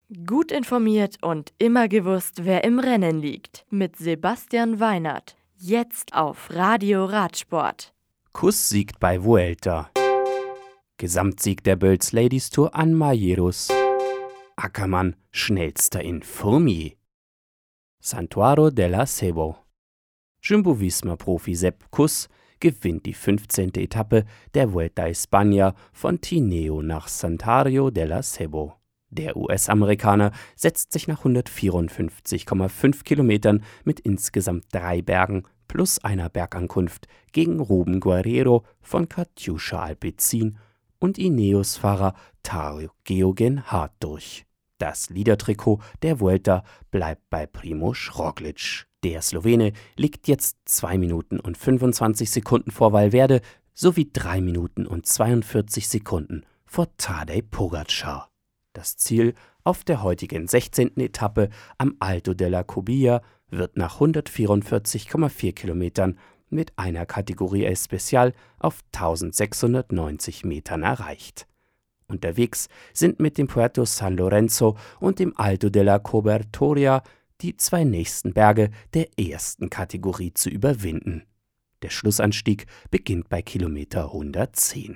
Gut informiert und immer gewusst, wer im Rennen liegt. Mit Sebastian Weinert. Jetzt auf Radio Radsport. Kuss siegt bei Vuelta. Gesamtsieg der Bölz Ladies Tour an Malleros. Ackermann schnellster in Fourmier. Santuaro della Sebo. Jumbo-Visma-Profi Sepp Kuss gewinnt die 15. Etappe der Vuelta a España von Tineo nach Santuario della Sebo. Der US-Amerikaner setzt sich nach 154,5 Kilometern mit insgesamt 3 Bergen plus einer Bergankunft gegen Ruben Guerrero von Katusha Alpecin und Ineos-Fahrer Tadej Geoghegan Hart durch. Das Leader-Trikot der Vuelta bleibt bei Primož Roglič. Der Slowene liegt jetzt 2 Minuten und 25 Sekunden vor Valverde sowie 3 Minuten und 42 Sekunden vor Tadej Pogačar. Das Ziel auf der heutigen 16. Etappe am Alto della Cubilla wird nach 144,4 Kilometern mit einer Kategorie Especial auf 1690 Metern erreicht. Unterwegs sind mit dem Puerto San Lorenzo und dem Alto della Cobertoria die 2 nächsten Berge der ersten Kategorie zu überwinden. Der Schlussanstieg beginnt bei Kilometer 110.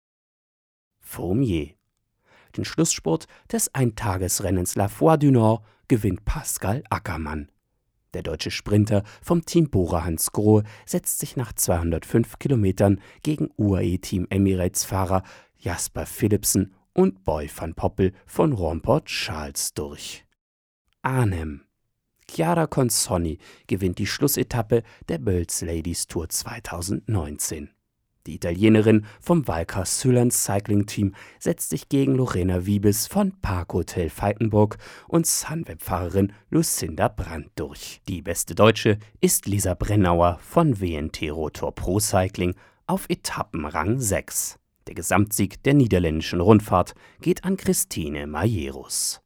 Fourmier. Den Schlussspurt des Eintagesrennens La Foire du Nord gewinnt Pascal Ackermann. Der deutsche Sprinter vom Team Bora-Hansgrohe setzt sich nach 205 Kilometern gegen UAE-Team Emirates-Fahrer Jasper Philipsen und Boy van Poppel von Romport Charles durch. Arnhem. Chiara Consonni gewinnt die Schlussetappe der Bölz Ladies Tour 2019. Die Italienerin vom Valcar Sylans Cycling Team setzt sich gegen Lorena Wiebes von Park Hotel Falkenburg und Sunweb-Fahrerin Lucinda Brandt durch. Die beste Deutsche ist Lisa Brennauer von WNT Rotor Pro Cycling auf Etappenrang 6. Der Gesamtsieg der niederländischen Rundfahrt geht an Christine Malleros.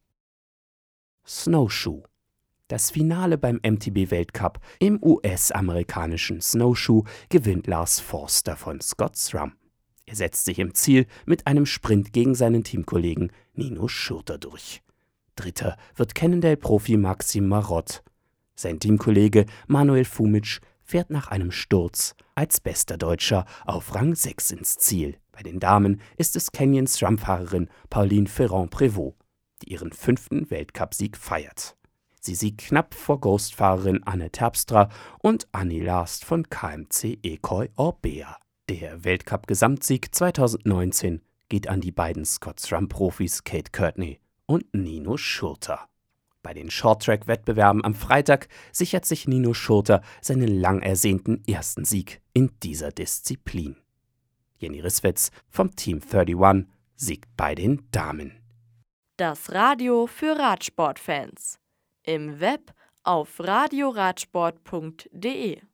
Snowshoe. Das Finale beim MTB-Weltcup im US-amerikanischen Snowshoe gewinnt Lars Forster von Scott Thrum. Er setzt sich im Ziel mit einem Sprint gegen seinen Teamkollegen Nino Schurter durch. Dritter wird Cannondale-Profi Maxim Marot. Sein Teamkollege Manuel Fumic fährt nach einem Sturz als bester Deutscher auf Rang 6 ins Ziel. Bei den Damen ist es Canyon SRAM-Fahrerin Pauline Ferrand-Prévot, die ihren 5. Weltcupsieg feiert. Sie siegt knapp vor Ghost-Fahrerin Anne Terpstra und Annie Last von KMC Ekoi Orbea. Der Weltcup-Gesamtsieg 2019 geht an die beiden Scott-SRAM-Profis Kate Courtney und Nino Schurter. Bei den Shorttrack-Wettbewerben am Freitag sichert sich Nino Schurter seinen lang ersehnten ersten Sieg in dieser Disziplin. Jenny Risswitz vom Team 31 siegt bei den Damen. Das Radio für Radsportfans. Im Web auf radioradsport.de